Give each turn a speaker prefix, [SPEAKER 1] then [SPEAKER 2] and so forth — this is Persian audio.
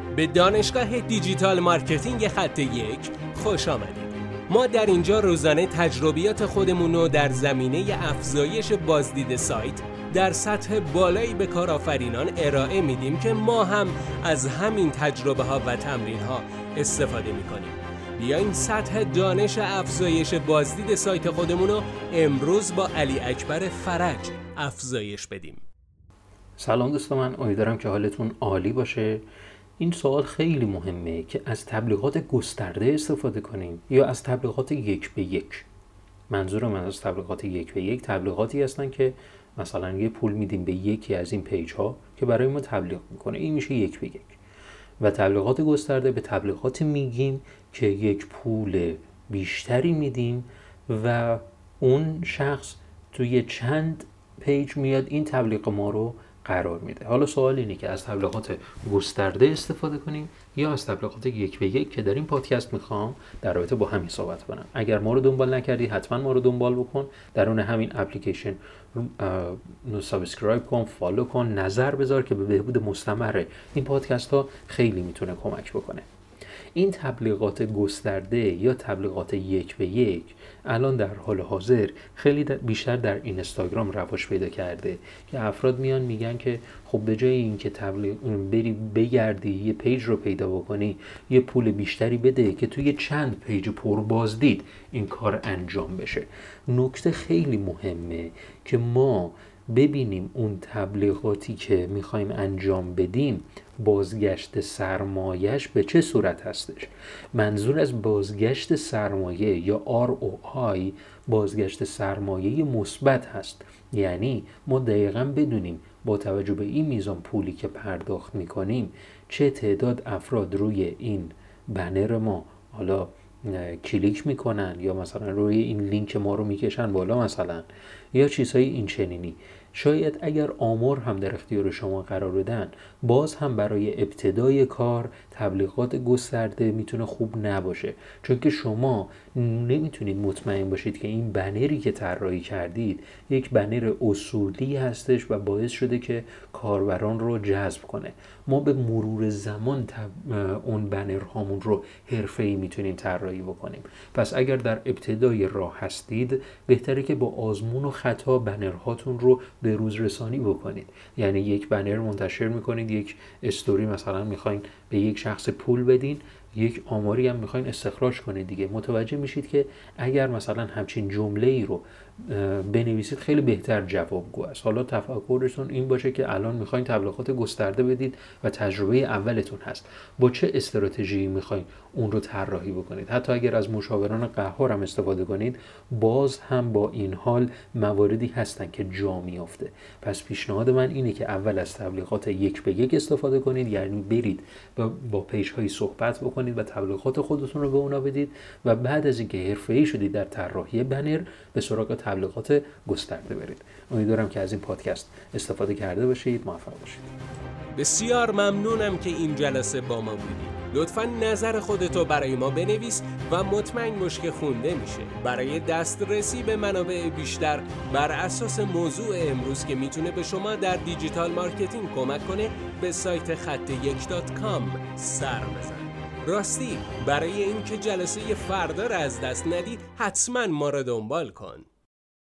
[SPEAKER 1] به دانشگاه دیجیتال مارکتینگ خط 1 خوش آمدید. ما در اینجا روزانه تجربیات خودمون رو در زمینه افزایش بازدید سایت در سطح بالایی به کارآفرینان ارائه میدیم که ما هم از همین تجربه ها و تمرین ها استفاده میکنیم. بیاین سطح دانش افزایش بازدید سایت خودمون رو امروز با علی اکبر فرج افزایش بدیم.
[SPEAKER 2] سلام دوستان، من امیدوارم که حالتون عالی باشه. این سوال خیلی مهمه که از تبلیغات گسترده استفاده کنیم یا از تبلیغات یک به یک. منظور من از تبلیغات یک به یک تبلیغاتی هستن که مثلا یه پول میدیم به یکی از این پیج ها که برای ما تبلیغ میکنه، این میشه یک به یک. و تبلیغات گسترده به تبلیغات میگیم که یک پول بیشتری میدیم و اون شخص توی چند پیج میاد این تبلیغ ما رو قرار میده. حالا سوال اینه که از تبلیغات گسترده استفاده کنیم یا از تبلیغات یک به یک که در این پادکست میخوام در رابطه با همین صحبت کنم. اگر ما رو دنبال نکردی حتما ما رو دنبال بکن، درون همین اپلیکیشن سابسکرایب کن، فالو کن، نظر بذار که به بهبود مستمر این پادکست ها خیلی میتونه کمک بکنه. این تبلیغات گسترده یا تبلیغات یک به یک الان در حال حاضر خیلی بیشتر در اینستاگرام رواج پیدا کرده که افراد میان میگن که خب به جای اینکه بری بگردی یه پیج رو پیدا بکنی، یه پول بیشتری بده که توی چند پیج پر بازدید این کار انجام بشه. نکته خیلی مهمه که ما ببینیم اون تبلیغاتی که میخوایم انجام بدیم بازگشت سرمایه‌اش به چه صورت هستش. منظور از بازگشت سرمایه یا ROI بازگشت سرمایه مثبت هست. یعنی ما دقیقاً بدونیم با توجه به این میزان پولی که پرداخت میکنیم چه تعداد افراد روی این بنر ما حالا کلیک میکنن یا مثلا روی این لینک ما رو میکشن بالا مثلا یا چیزهای این چنینی. شاید اگر آمار هم در اختیار شما قرار بدن باز هم برای ابتدای کار تبلیغات گسترده میتونه خوب نباشه، چون که شما نمیتونید مطمئن باشید که این بنری که طراحی کردید یک بنر اصولی هستش و باعث شده که کاربران رو جذب کنه. ما به مرور زمان اون بنرهامون رو حرفه‌ای میتونیم طراحی بکنیم. پس اگر در ابتدای راه هستید بهتره که با آزمون و خطا بنرهاتون رو به روز رسانی بکنید. یعنی یک بنر منتشر میکنید، یک استوری مثلا میخواین به یک شخص پول بدین، یک آماری هم میخواین استخراج کنید دیگه. متوجه میشید که اگر مثلا همچین جمله‌ای رو بنویسید خیلی بهتر جوابگو است. حالا تفکرتون این باشه که الان میخواین تبلیغات گسترده بدید و تجربه اولتون هست، با چه استراتژی میخواین اون رو طراحی بکنید. حتی اگر از مشاوران قهار هم استفاده کنید باز هم با این حال مواردی هستن که جا میافته. پس پیشنهاد من اینه که اول از تبلیغات یک به یک استفاده کنید، یعنی برید با پیج های صحبت بکنید و تبلیغات خودتون رو به اونا بدید و بعد از اینکه حرفه‌ای شدید در طراحی بنر به سراغ تبلیغات گسترده برید. امیدوارم که از این پادکست استفاده کرده باشید. موفق باشید.
[SPEAKER 1] بسیار ممنونم که این جلسه با ما بودید. لطفاً نظر خودتو برای ما بنویس و مطمئن باش که خونده میشه. برای دسترسی به منابع بیشتر بر اساس موضوع امروز که میتونه به شما در دیجیتال مارکتینگ کمک کنه به سایت خط1.com سر بزن. راستی برای اینکه جلسه فردا رو از دست ندی حتما ما رو دنبال کن.